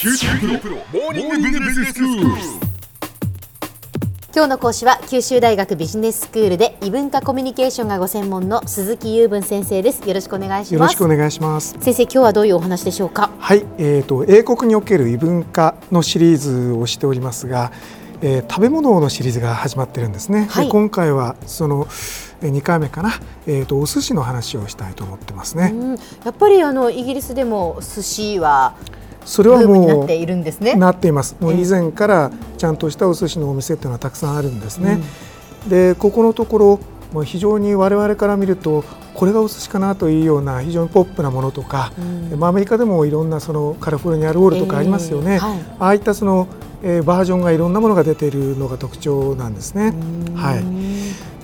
九州大学モーニングビジネススクール。 今日の講師は九州大学ビジネススクールで異文化コミュニケーションがご専門の鈴木雄文先生です。よろしくお願いします。 よろしくお願いします。 先生、今日はどういうお話でしょうか。 はい、英国における異文化のシリーズをしておりますが、食べ物のシリーズが始まってるんですね。で今回はその2回目かな、お寿司の話をしたいと思ってますね。 やっぱりイギリスでも寿司はそれはもうブームになっているんですね。 なっています。もう以前からちゃんとしたお寿司のお店っていうのはたくさんあるんですね。でここのところもう非常に我々から見るとこれがお寿司かなというような非常にポップなものとか、アメリカでもいろんなそのカリフォルニアロールとかありますよね。ああいったその、バージョンがいろんなものが出ているのが特徴なんですね。はい、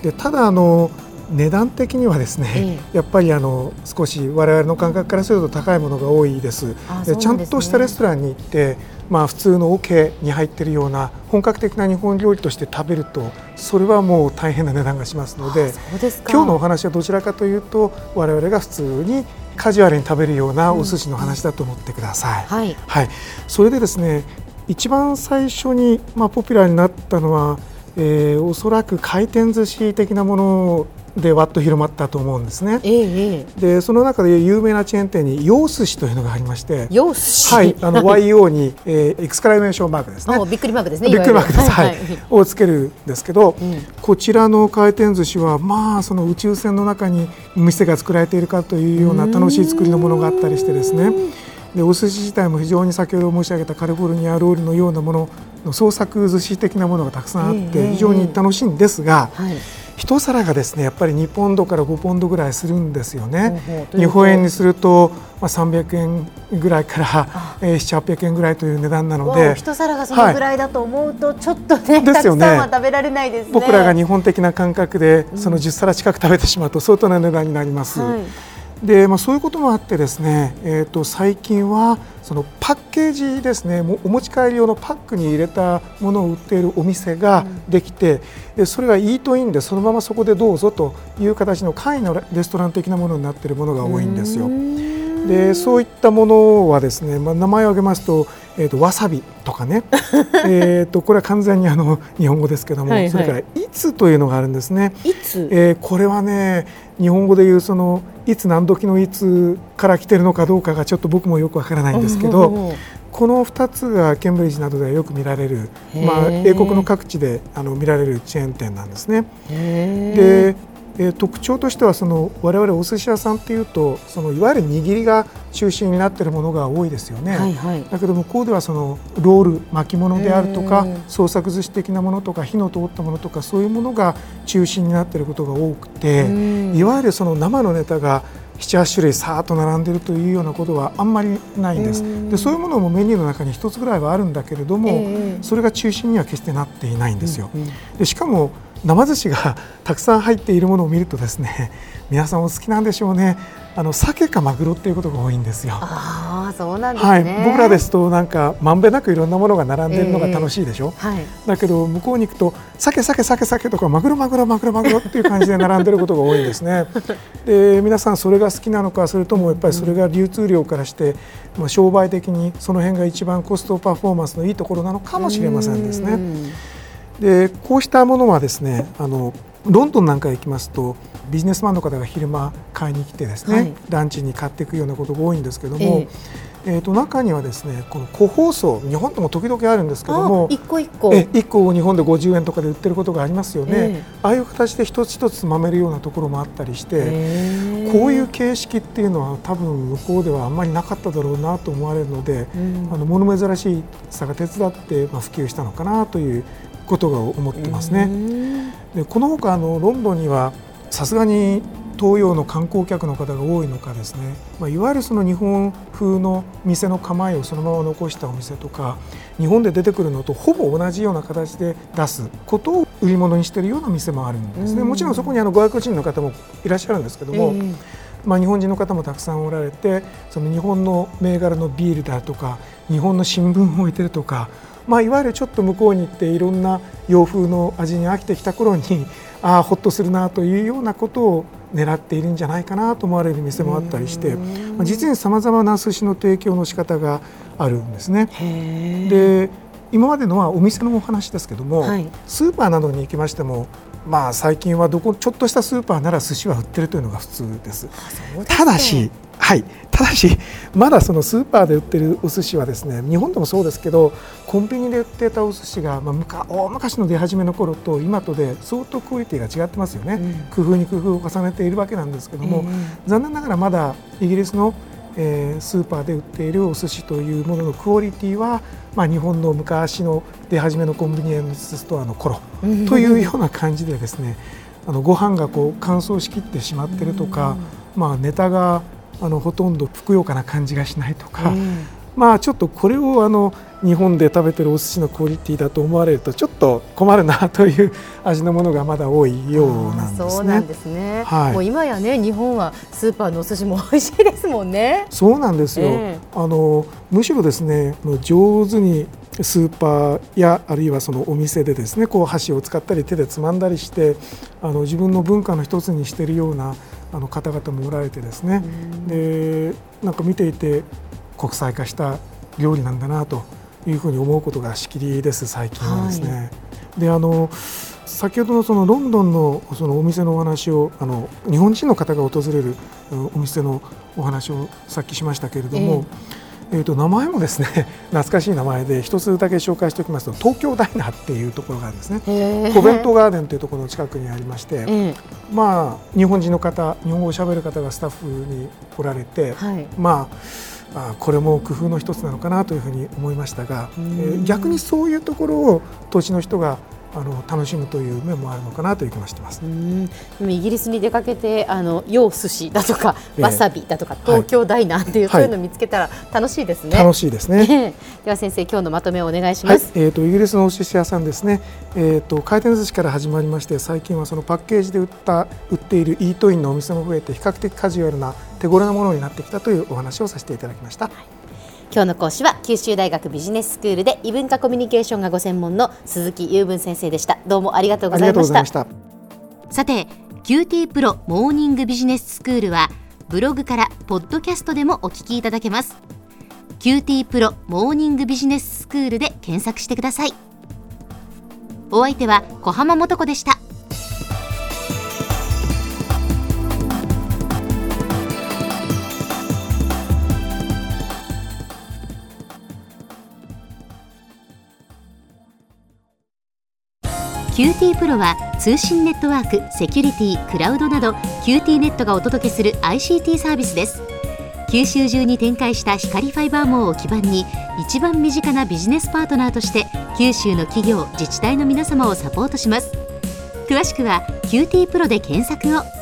でただ値段的にはですね、やっぱり少し我々の感覚からすると高いものが多いです。でちゃんとしたレストランに行って、普通の桶に入っているような本格的な日本料理として食べるとそれはもう大変な値段がしますので、今日のお話はどちらかというと我々が普通にカジュアルに食べるようなお寿司の話だと思ってください。それでですね、一番最初にポピュラーになったのは、おそらく回転寿司的なものでわっと広まったと思うんですね。でその中で有名なチェーン店に洋寿司というのがありまして、 洋寿司、 YO に、エクスクラメーションマークですね。 びっくりマークですね。 びっくりマークです、をつけるんですけど、こちらの回転寿司はその宇宙船の中に店が作られているかというような楽しい作りのものがあったりしてですね、でお寿司自体も非常に先ほど申し上げたカリフォルニアロールのようなものの創作寿司的なものがたくさんあって非常に楽しいんですが、一皿がですねやっぱり2ポンドから5ポンドぐらいするんですよね。日本円にすると300円ぐらいから700、800円ぐらいという値段なので、 一皿がそのぐらいだと思うとちょっとね、たくさんは食べられないですね。 僕らが日本的な感覚でその10皿近く食べてしまうと相当な値段になります。でそういうこともあってですね、最近はそのパッケージですね、お持ち帰り用のパックに入れたものを売っているお店ができて、それがイートインでそのままそこでどうぞという形の簡易のレストラン的なものになっているものが多いんですよ。でそういったものはですね、名前を挙げますと、わさびとかねこれは完全に日本語ですけども、それからいつというのがあるんですね。これはね日本語でいうそのいつ何時のいつから来てるのかどうかがちょっと僕もよくわからないんですけど、この2つがケンブリッジなどではよく見られる、英国の各地で見られるチェーン店なんですね。で特徴としては我々お寿司屋さんっていうといわゆる握りが中心になっているものが多いですよね。だけど向こうではロール巻物であるとか創作寿司的なものとか火の通ったものとかそういうものが中心になっていることが多くて、いわゆる生のネタが7、8種類さーっと並んでいるというようなことはあんまりないんです。でそういうものもメニューの中に1つぐらいはあるんだけれども、それが中心には決してなっていないんですよ。でしかも生寿司がたくさん入っているものを見るとですね、皆さんお好きなんでしょうね。鮭かマグロっていうことが多いんですよ。 そうなんですね。 僕らですとなんかまんべんなくいろんなものが並んでいるのが楽しいでしょ。だけど向こうに行くと鮭とかマグロっていう感じで並んでいることが多いんですね。で皆さんそれが好きなのか、それともやっぱりそれが流通量からして、商売的にその辺が一番コストパフォーマンスのいいところなのかもしれませんですね。でこうしたものはですね、ロンドンなんかへ行きますとビジネスマンの方が昼間買いに来てですね、ランチに買っていくようなことが多いんですけども、中にはですねこの個包装、日本でも時々あるんですけども、1個日本で50円とかで売ってることがありますよね。ああいう形で一つ一つ豆るようなところもあったりして、こういう形式っていうのは多分向こうではあんまりなかっただろうなと思われるので、物珍しさが手伝って普及したのかなということが思ってますね。でこのほかロンドンにはさすがに東洋の観光客の方が多いのかですね、いわゆるその日本風の店の構えをそのまま残したお店とか、日本で出てくるのとほぼ同じような形で出すことを売り物にしているような店もあるんですね。もちろんそこに外国人の方もいらっしゃるんですけども、日本人の方もたくさんおられて、その日本の銘柄のビールだとか日本の新聞を置いてるとか、いわゆるちょっと向こうに行っていろんな洋風の味に飽きてきた頃にほっとするなというようなことを狙っているんじゃないかなと思われる店もあったりして、実にさまざまな寿司の提供の仕方があるんですね。で今までのはお店のお話ですけども、スーパーなどに行きましても、最近はちょっとしたスーパーなら寿司は売ってるというのが普通です。ただしまだそのスーパーで売ってるお寿司はですね、日本でもそうですけどコンビニで売っていたお寿司が、大昔の出始めの頃と今とで相当クオリティが違ってますよね。工夫に工夫を重ねているわけなんですけども、残念ながらまだイギリスのスーパーで売っているお寿司というもののクオリティは、日本の昔の出始めのコンビニエンスストアの頃というような感じでですね、ご飯が乾燥しきってしまっているとか、ネタがほとんどふくよかな感じがしないとか、ちょっとこれを日本で食べてるお寿司のクオリティだと思われるとちょっと困るなという味のものがまだ多いようなんですね。 そうなんですね。もう今やね、日本はスーパーのお寿司も美味しいですもんね。 そうなんですよ。むしろですね、上手にスーパーやあるいはそのお店でですね、箸を使ったり手でつまんだりして自分の文化の一つにしているような方々もおられてですね、でなんか見ていて国際化した料理なんだなというふうに思うことがしきりです、最近はですね。で先ほどのそのロンドンのそのお店のお話を日本人の方が訪れるお店のお話をさっきしましたけれども、名前もですね懐かしい名前で一つだけ紹介しておきますと、東京ダイナーっていうところがあるんですね。コベントガーデンというところの近くにありまして、日本人の方、日本語をしゃべる方がスタッフにおられて、これも工夫の一つなのかなというふうに思いましたが、逆にそういうところを土地の人が楽しむという面もあるのかなという気がしています。 でもイギリスに出かけて洋寿司だとかわさびだとか東京ダイナーっていう、そういうのを見つけたら楽しいですね。 楽しいですね。 では先生、今日のまとめをお願いします。 イギリスのお寿司屋さんですね、回転寿司から始まりまして、最近はそのパッケージで売っているイートインのお店も増えて、比較的カジュアルな手頃なものになってきたというお話をさせていただきました。 今日の講師は九州大学ビジネススクールで異文化コミュニケーションがご専門の鈴木雄文先生でした。どうもありがとうございました。さて、QT プロモーニングビジネススクールはブログからポッドキャストでもお聞きいただけます。QT プロモーニングビジネススクールで検索してください。お相手は小浜もとこでした。QT プロは通信ネットワーク、セキュリティ、クラウドなど QT ネットがお届けする ICT サービスです。九州中に展開した光ファイバー網を基盤に、一番身近なビジネスパートナーとして九州の企業、自治体の皆様をサポートします。詳しくは QT プロで検索を。